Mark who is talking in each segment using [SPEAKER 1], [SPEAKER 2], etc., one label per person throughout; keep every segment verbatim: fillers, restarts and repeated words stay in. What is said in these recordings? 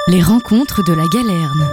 [SPEAKER 1] Les rencontres de la Galerne.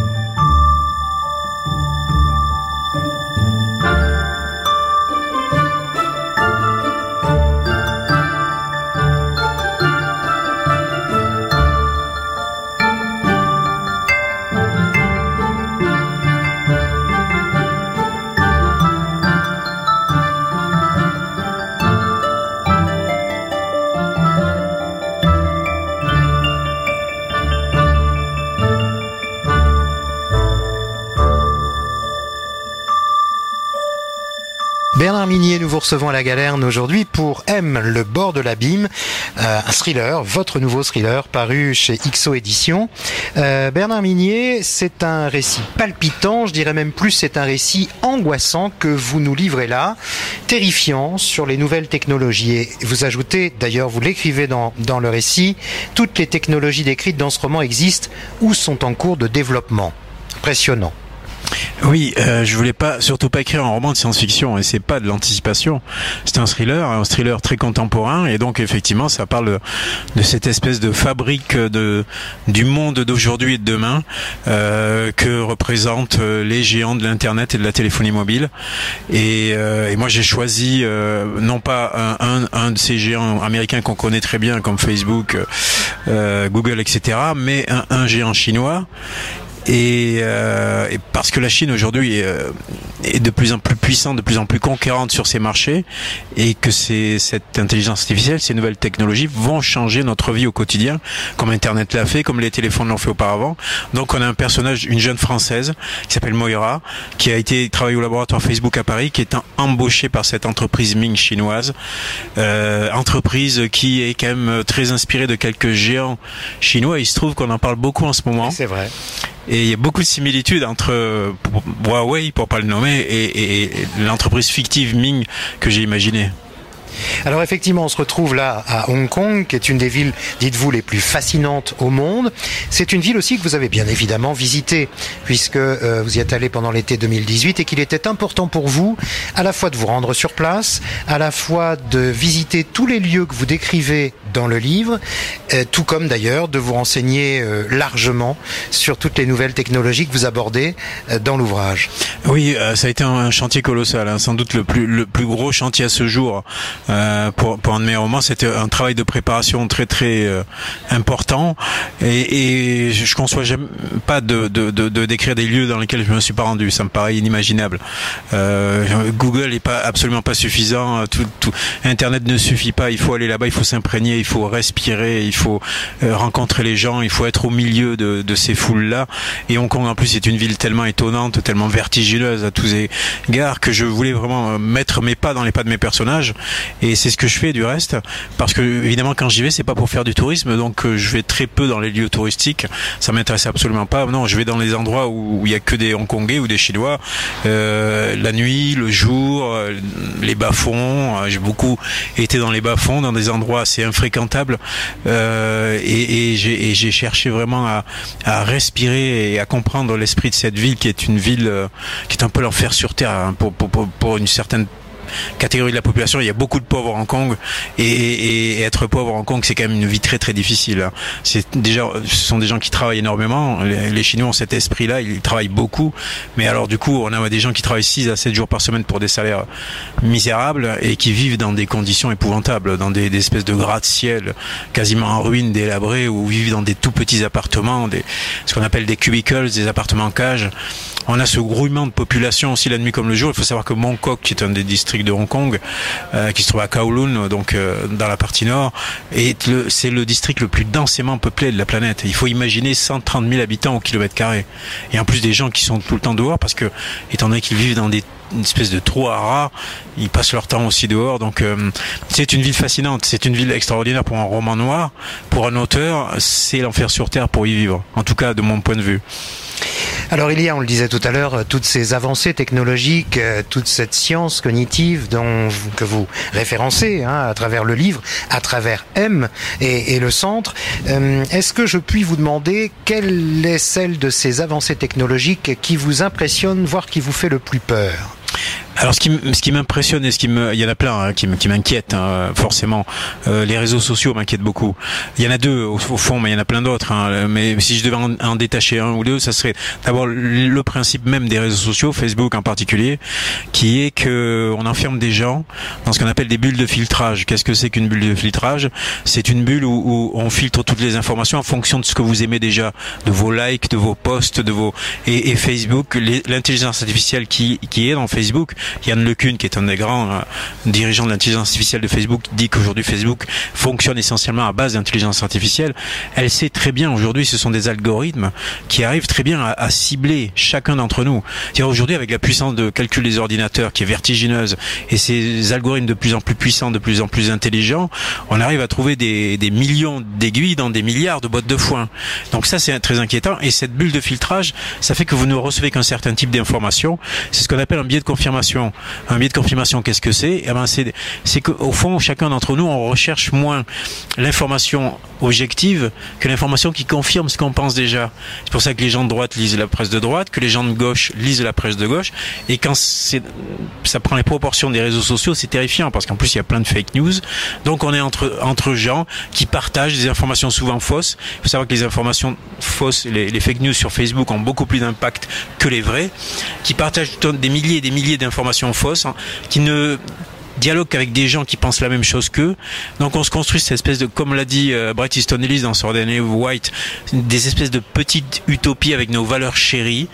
[SPEAKER 2] Bernard Minier, nous vous recevons à la Galerne aujourd'hui pour M, le bord de l'abîme, euh, un thriller, votre nouveau thriller paru chez X O Éditions. Euh, Bernard Minier, c'est un récit palpitant, je dirais même plus, c'est un récit angoissant que vous nous livrez là, terrifiant sur les nouvelles technologies. Et vous ajoutez, d'ailleurs vous l'écrivez dans, dans le récit, toutes les technologies décrites dans ce roman existent ou sont en cours de développement. Impressionnant.
[SPEAKER 3] Oui, euh, je voulais pas, surtout pas écrire un roman de science-fiction, et c'est pas de l'anticipation. C'est un thriller, un thriller très contemporain, et donc effectivement, ça parle de cette espèce de fabrique de du monde d'aujourd'hui et de demain euh, que représentent les géants de l'internet et de la téléphonie mobile. Et, euh, et moi, j'ai choisi euh, non pas un, un, un de ces géants américains qu'on connaît très bien, comme Facebook, euh, Google, et cetera, mais un, un géant chinois. Et, euh, et parce que la Chine aujourd'hui est, euh, est de plus en plus puissante, de plus en plus conquérante sur ses marchés, et que c'est cette intelligence artificielle, ces nouvelles technologies vont changer notre vie au quotidien, comme Internet l'a fait, comme les téléphones l'ont fait auparavant. Donc on a un personnage, une jeune Française qui s'appelle Moira, qui a été travailler au laboratoire Facebook à Paris, qui est embauchée par cette entreprise Ming chinoise, euh, entreprise qui est quand même très inspirée de quelques géants chinois. Il se trouve qu'on en parle beaucoup en ce moment.
[SPEAKER 2] C'est vrai.
[SPEAKER 3] Et il y a beaucoup de similitudes entre Huawei, pour pas le nommer, et, et l'entreprise fictive Ming que j'ai imaginée.
[SPEAKER 2] Alors effectivement, on se retrouve là à Hong Kong, qui est une des villes, dites-vous, les plus fascinantes au monde. C'est une ville aussi que vous avez bien évidemment visitée, puisque euh, vous y êtes allé pendant l'été deux mille dix-huit, et qu'il était important pour vous à la fois de vous rendre sur place, à la fois de visiter tous les lieux que vous décrivez dans le livre, euh, tout comme d'ailleurs de vous renseigner euh, largement sur toutes les nouvelles technologies que vous abordez euh, dans l'ouvrage.
[SPEAKER 3] Oui, euh, ça a été un chantier colossal, hein, sans doute le plus, le plus gros chantier à ce jour. Euh, pour, pour un de mes romans, c'était un travail de préparation très très euh, important, et, et je ne conçois jamais pas de, de, de, de décrire des lieux dans lesquels je me suis pas rendu. Ça me paraît inimaginable. Euh, Google est pas absolument pas suffisant. Tout, tout, Internet ne suffit pas. Il faut aller là-bas, il faut s'imprégner, il faut respirer, il faut euh, rencontrer les gens, il faut être au milieu de, de ces foules-là. Et Hong Kong en plus est une ville tellement étonnante, tellement vertigineuse à tous égards, que je voulais vraiment mettre mes pas dans les pas de mes personnages. Et c'est ce que je fais du reste, parce que évidemment quand j'y vais, c'est pas pour faire du tourisme, donc euh, je vais très peu dans les lieux touristiques, ça m'intéresse absolument pas. Non, je vais dans les endroits où il y a que des Hongkongais ou des Chinois, euh, la nuit, le jour, euh, les bas-fonds. Euh, j'ai beaucoup été dans les bas-fonds, dans des endroits assez infréquentables, euh, et, et, j'ai, et j'ai cherché vraiment à, à respirer et à comprendre l'esprit de cette ville, qui est une ville euh, qui est un peu l'enfer sur terre, hein, pour, pour, pour, pour une certaine catégorie de la population. Il y a beaucoup de pauvres à Hong Kong, et, et, et être pauvre à Hong Kong, c'est quand même une vie très très difficile. C'est déjà, ce sont des gens qui travaillent énormément. Les, les Chinois ont cet esprit-là, ils travaillent beaucoup, mais alors du coup, on a des gens qui travaillent six à sept jours par semaine pour des salaires misérables, et qui vivent dans des conditions épouvantables, dans des, des espèces de gratte-ciel quasiment en ruine, délabrés, ou vivent dans des tout petits appartements, des, ce qu'on appelle des cubicles, des appartements en cage. On a ce grouillement de population aussi la nuit comme le jour. Il faut savoir que Mong Kok, qui est un des districts de Hong Kong, euh, qui se trouve à Kowloon, donc euh, dans la partie nord, est le, c'est le district le plus densément peuplé de la planète. Il faut imaginer cent trente mille habitants au kilomètre carré. Et en plus des gens qui sont tout le temps dehors, parce que, étant donné qu'ils vivent dans des une espèce de trou à rats, ils passent leur temps aussi dehors. Donc euh, c'est une ville fascinante, c'est une ville extraordinaire pour un roman noir. Pour un auteur, c'est l'enfer sur terre pour y vivre, en tout cas de mon point de vue.
[SPEAKER 2] Alors il y a, on le disait tout à l'heure, toutes ces avancées technologiques, toute cette science cognitive dont vous, que vous référencez, hein, à travers le livre, à travers M et, et le centre. Euh, est-ce que je puis vous demander quelle est celle de ces avancées technologiques qui vous impressionne, voire qui vous fait le plus peur ?
[SPEAKER 3] Alors ce qui, ce qui m'impressionne et ce qui me, il y en a plein hein, qui, qui m'inquiètent hein, forcément. Euh, les réseaux sociaux m'inquiètent beaucoup. Il y en a deux au, au fond, mais il y en a plein d'autres. Hein. Mais si je devais en, en détacher un ou deux, ça serait d'abord le principe même des réseaux sociaux, Facebook en particulier, qui est que on enferme des gens dans ce qu'on appelle des bulles de filtrage. Qu'est-ce que c'est qu'une bulle de filtrage? C'est une bulle où, où on filtre toutes les informations en fonction de ce que vous aimez déjà, de vos likes, de vos posts, de vos et, et Facebook, les, l'intelligence artificielle qui, qui est dans Facebook. Yann LeCun, qui est un des grands euh, dirigeants de l'intelligence artificielle de Facebook, dit qu'aujourd'hui Facebook fonctionne essentiellement à base d'intelligence artificielle. Elle sait très bien aujourd'hui, ce sont des algorithmes qui arrivent très bien à, à cibler chacun d'entre nous. C'est-à-dire aujourd'hui, avec la puissance de calcul des ordinateurs qui est vertigineuse et ces algorithmes de plus en plus puissants, de plus en plus intelligents, on arrive à trouver des, des millions d'aiguilles dans des milliards de boîtes de foin. Donc ça, c'est très inquiétant. Et cette bulle de filtrage, ça fait que vous ne recevez qu'un certain type d'informations. C'est ce qu'on appelle un biais de confirmation. Un biais de confirmation, qu'est-ce que c'est? Eh ben, c'est, c'est qu'au fond, chacun d'entre nous, on recherche moins l'information objective que l'information qui confirme ce qu'on pense déjà. C'est pour ça que les gens de droite lisent la presse de droite, que les gens de gauche lisent la presse de gauche. Et quand c'est, ça prend les proportions des réseaux sociaux, c'est terrifiant parce qu'en plus, il y a plein de fake news. Donc, on est entre, entre gens qui partagent des informations souvent fausses. Il faut savoir que les informations fausses, les, les fake news sur Facebook ont beaucoup plus d'impact que les vraies, qui partagent des milliers et des milliers d'informations fausses, hein, qui ne dialogue qu'avec des gens qui pensent la même chose qu'eux. Donc on se construit cette espèce de, comme l'a dit euh, Bret Easton Ellis dans son dernier White, des espèces de petites utopies avec nos valeurs chéries,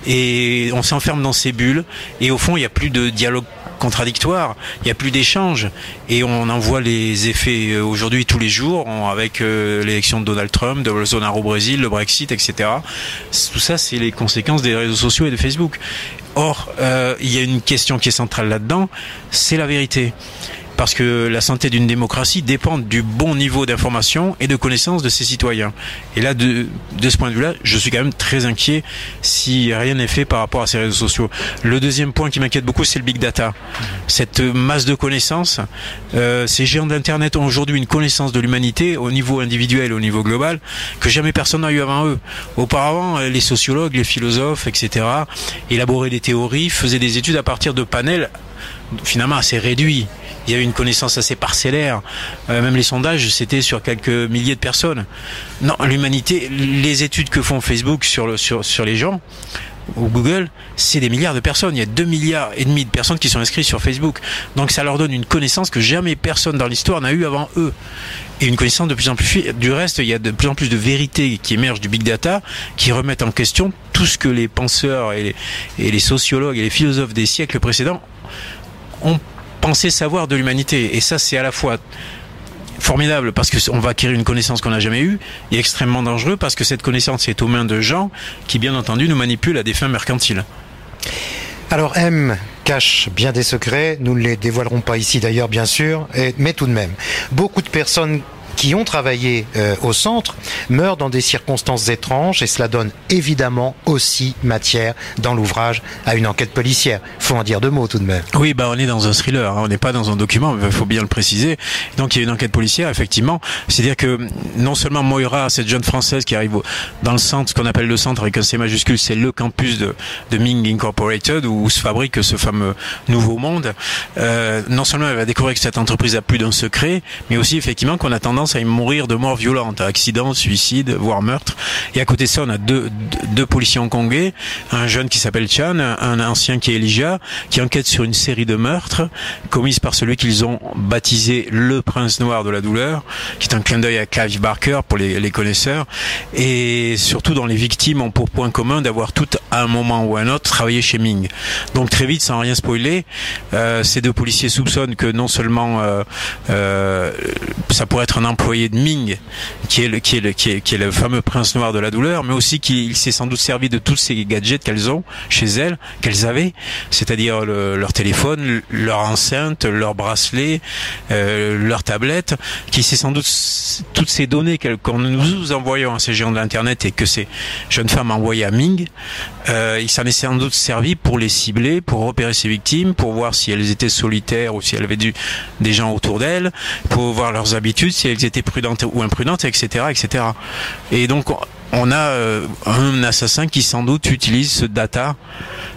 [SPEAKER 3] et on s'enferme dans ces bulles, et au fond il n'y a plus de dialogue contradictoire, il n'y a plus d'échange, et on en voit les effets aujourd'hui tous les jours avec euh, l'élection de Donald Trump, de Bolsonaro au Brésil, le Brexit, et cetera. Tout ça, c'est les conséquences des réseaux sociaux et de Facebook. Or, euh, il y a une question qui est centrale là-dedans, c'est la vérité. Parce que la santé d'une démocratie dépend du bon niveau d'information et de connaissance de ses citoyens. Et là, de, de ce point de vue-là, je suis quand même très inquiet si rien n'est fait par rapport à ces réseaux sociaux. Le deuxième point qui m'inquiète beaucoup, c'est le big data. Cette masse de connaissances, euh, ces géants de l'Internet ont aujourd'hui une connaissance de l'humanité au niveau individuel, au niveau global, que jamais personne n'a eu avant eux. Auparavant, les sociologues, les philosophes, et cetera, élaboraient des théories, faisaient des études à partir de panels finalement assez réduits. Il y a eu une connaissance assez parcellaire. Euh, même les sondages, c'était sur quelques milliers de personnes. Non, l'humanité, les études que font Facebook sur, le, sur, sur les gens, ou Google, c'est des milliards de personnes. Il y a deux milliards et demi de personnes qui sont inscrites sur Facebook. Donc ça leur donne une connaissance que jamais personne dans l'histoire n'a eu avant eux. Et une connaissance de plus en plus... Du reste, il y a de plus en plus de vérités qui émergent du big data, qui remettent en question tout ce que les penseurs et les, et les sociologues et les philosophes des siècles précédents ont pensé savoir de l'humanité. Et ça, c'est à la fois formidable parce qu'on va acquérir une connaissance qu'on n'a jamais eue, et extrêmement dangereux parce que cette connaissance est aux mains de gens qui, bien entendu, nous manipulent à des fins mercantiles.
[SPEAKER 2] Alors M cache bien des secrets, nous ne les dévoilerons pas ici d'ailleurs bien sûr, et, mais tout de même, beaucoup de personnes qui ont travaillé euh, au centre meurent dans des circonstances étranges, et cela donne évidemment aussi matière dans l'ouvrage à une enquête policière. Faut en dire deux mots tout de même.
[SPEAKER 3] Oui, bah on est dans un thriller, hein. On n'est pas dans un document, il faut bien le préciser. Donc il y a une enquête policière, effectivement. C'est-à-dire que non seulement Moira, cette jeune Française qui arrive au, dans le centre, ce qu'on appelle le centre avec un C majuscule, c'est le campus de, de Ming Incorporated, où se fabrique ce fameux nouveau monde. Euh, non seulement elle va découvrir que cette entreprise a plus d'un secret, mais aussi effectivement qu'on a tendance à y mourir de mort violente, accident, suicide, voire meurtre. Et à côté de ça, on a deux, deux, deux policiers hongkongais, un jeune qui s'appelle Chan, un ancien qui est Elijah, qui enquête sur une série de meurtres commises par celui qu'ils ont baptisé le prince noir de la douleur, qui est un clin d'œil à Clive Barker pour les, les connaisseurs. Et surtout, dont les victimes ont pour point commun d'avoir toutes, à un moment ou à un autre, travaillé chez Ming. Donc très vite, sans rien spoiler, euh, ces deux policiers soupçonnent que non seulement euh, euh, ça pourrait être un employé de Ming, qui est, le, qui, est le, qui, est, qui est le fameux prince noir de la douleur, mais aussi qu'il s'est sans doute servi de tous ces gadgets qu'elles ont chez elles, qu'elles avaient, c'est-à-dire le, leur téléphone, leur enceinte, leur bracelet, euh, leur tablette, qui s'est sans doute toutes ces données qu'on nous envoyons à ces géants de l'internet et que ces jeunes femmes envoyaient à Ming, euh, il s'en est sans doute servi pour les cibler, pour repérer ses victimes, pour voir si elles étaient solitaires ou si elles avaient du, des gens autour d'elles, pour voir leurs habitudes, si elles étaient prudentes ou imprudentes, et cetera, et cetera. Et donc on a euh, un assassin qui sans doute utilise ce data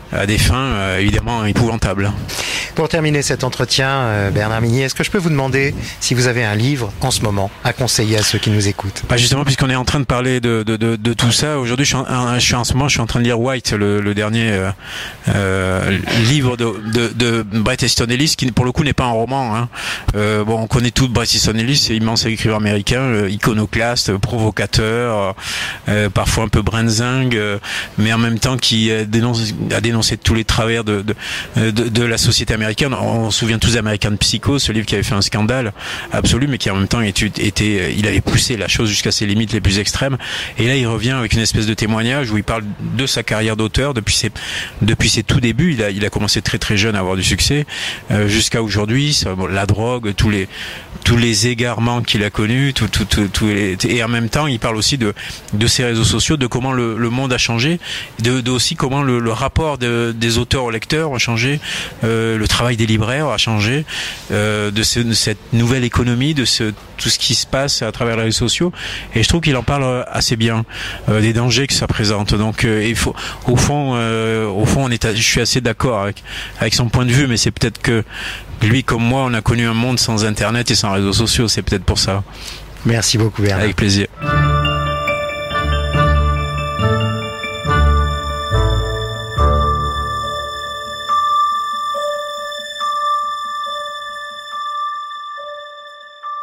[SPEAKER 3] à des fins euh, évidemment épouvantables.
[SPEAKER 2] Pour terminer cet entretien, euh, Bernard Minier, est-ce que je peux vous demander si vous avez un livre en ce moment à conseiller à ceux qui nous écoutent?
[SPEAKER 3] Bah justement, puisqu'on est en train de parler de, de, de, de tout ça, aujourd'hui, je suis, en, je suis en ce moment, je suis en train de lire White, le, le dernier euh, euh, livre de, de, de Bret Easton Ellis, qui pour le coup n'est pas un roman. Hein. Euh, bon, on connaît tout Bret Easton Ellis, c'est immense écrivain américain, euh, iconoclaste, provocateur, euh, parfois un peu brinzingue, euh, mais en même temps qui euh, dénonce, a dénoncé tous les travers de, de, de, de la société américaine. On se souvient tous d'American Psycho, ce livre qui avait fait un scandale absolu, mais qui en même temps était, était, il avait poussé la chose jusqu'à ses limites les plus extrêmes. Et là, il revient avec une espèce de témoignage où il parle de sa carrière d'auteur depuis ses, depuis ses tout débuts. Il a, il a commencé très très jeune à avoir du succès, euh, jusqu'à aujourd'hui. Bon, la drogue, tous les, tous les égarements qu'il a connus, tout, tout, tout, tout les, et en même temps, il parle aussi de, de ses réseaux sociaux, de comment le, le monde a changé, de, de aussi comment le, le rapport de, des auteurs aux lecteurs a changé, euh, le travail des libraires a changé, euh, de, ce, de cette nouvelle économie, de ce, tout ce qui se passe à travers les réseaux sociaux. Et je trouve qu'il en parle assez bien, euh, des dangers que ça présente. Donc, euh, il faut, au fond, euh, au fond, on est, à, je suis assez d'accord avec, avec son point de vue, mais c'est peut-être que lui, comme moi, on a connu un monde sans Internet et sans réseaux sociaux. C'est peut-être pour ça.
[SPEAKER 2] Merci beaucoup, Bernard.
[SPEAKER 3] Avec plaisir.